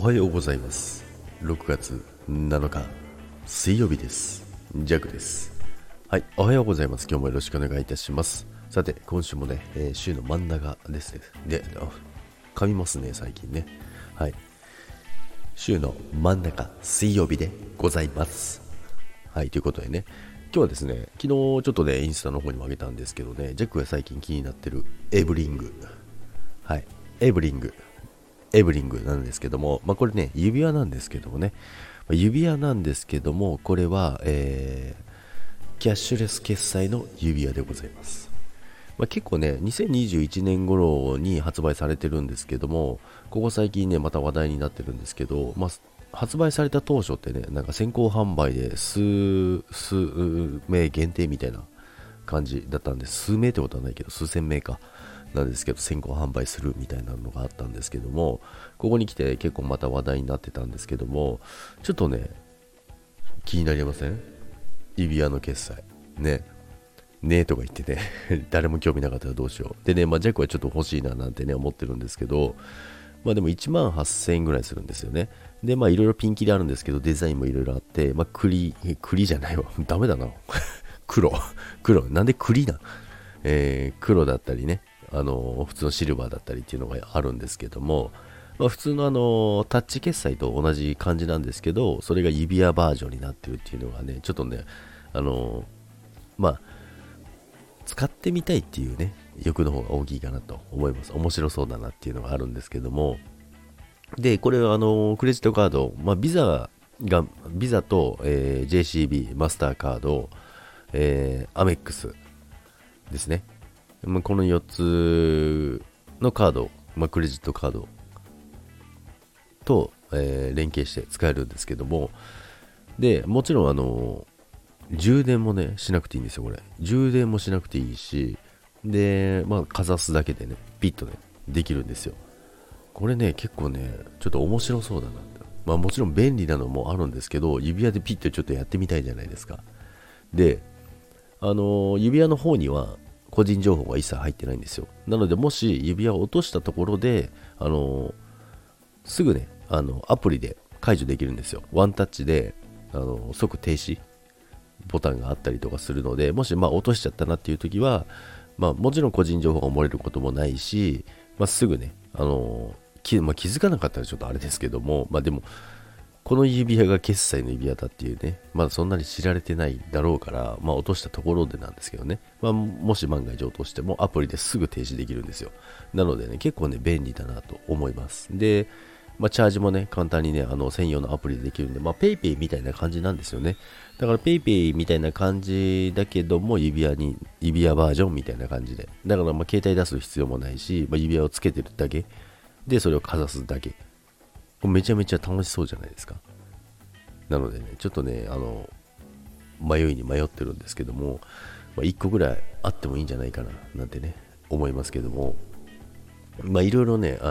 はようございます。6月7日水曜日です。ジャックです。はい、おはようございます。今日もよろしくお願いいたします。さて、今週もね、週の真ん中ですね。で、噛みますね最近ね。はい、週の真ん中水曜日でございます。はい、ということでね、今日はですね、昨日ちょっとねインスタの方にもあげたんですけどね、ジャックが最近気になってるエブリング、はい、エブリングなんですけども、これね指輪なんですけどもね、指輪なんですけども、これは、キャッシュレス決済の指輪でございます。結構ね2021年頃に発売されてるんですけども、ここ最近ねまた話題になってるんですけど、発売された当初ってね、なんか先行販売で数名限定みたいな感じだったんです。数名ってことはないけど数千名かなんですけど、先行販売するみたいなのがあったんですけども、ここに来て結構また話題になってたんですけども、ちょっとね気になりません？指輪の決済ねとか言ってね誰も興味なかったらどうしようでね、ジャックはちょっと欲しいななんてね思ってるんですけど、でも1万8000円ぐらいするんですよね。でいろいろピンキリあるんですけど、デザインもいろいろあって、栗じゃないわダメだな黒なんで栗なん、黒だったりね、普通のシルバーだったりっていうのがあるんですけども、普通のタッチ決済と同じ感じなんですけど、それが指輪バージョンになってるっていうのがね、ちょっとね、まあ、使ってみたいっていうね、欲の方が大きいかなと思います。面白そうだなっていうのがあるんですけども、で、これはクレジットカード、ビザと、JCB、マスターカード、アメックスですね。この4つのカード、クレジットカードと、連携して使えるんですけども、でもちろん充電もねしなくていいんですよ。これ充電もしなくていいし、でかざすだけでねピッとねできるんですよ。これね結構ねちょっと面白そうだなって、もちろん便利なのもあるんですけど、指輪でピッとちょっとやってみたいじゃないですか。で指輪の方には個人情報が一切入ってないんですよ。なのでもし指輪を落としたところで、すぐねアプリで解除できるんですよ。ワンタッチで即停止ボタンがあったりとかするので、もし落としちゃったなっていう時は、もちろん個人情報が漏れることもないし、すぐね気づかなかったらちょっとあれですけども、でもこの指輪が決済の指輪だっていうね、まだそんなに知られてないだろうから、落としたところでなんですけどね、もし万が一落としてもアプリですぐ停止できるんですよ。なのでね、結構ね、便利だなと思います。で、チャージもね、簡単にね、専用のアプリでできるんで、ペイペイみたいな感じなんですよね。だからペイペイみたいな感じだけども、指輪バージョンみたいな感じで。だから携帯出す必要もないし、指輪をつけてるだけで、それをかざすだけ。めちゃめちゃ楽しそうじゃないですか。なのでね、ちょっとね、迷いに迷ってるんですけども、1個ぐらいあってもいいんじゃないかななんてね思いますけども、いろいろね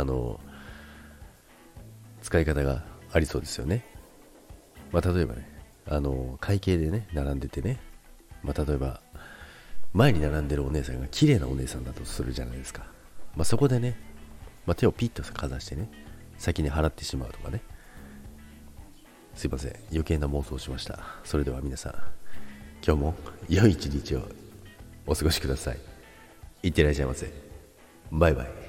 使い方がありそうですよね。例えばね会計でね並んでてね、例えば前に並んでるお姉さんが綺麗なお姉さんだとするじゃないですか。そこでね、手をピッとかざしてね先に払ってしまうとかね。すいません、余計な妄想をしました。それでは皆さん、今日も良い一日をお過ごしください。いってらっしゃいませ。バイバイ。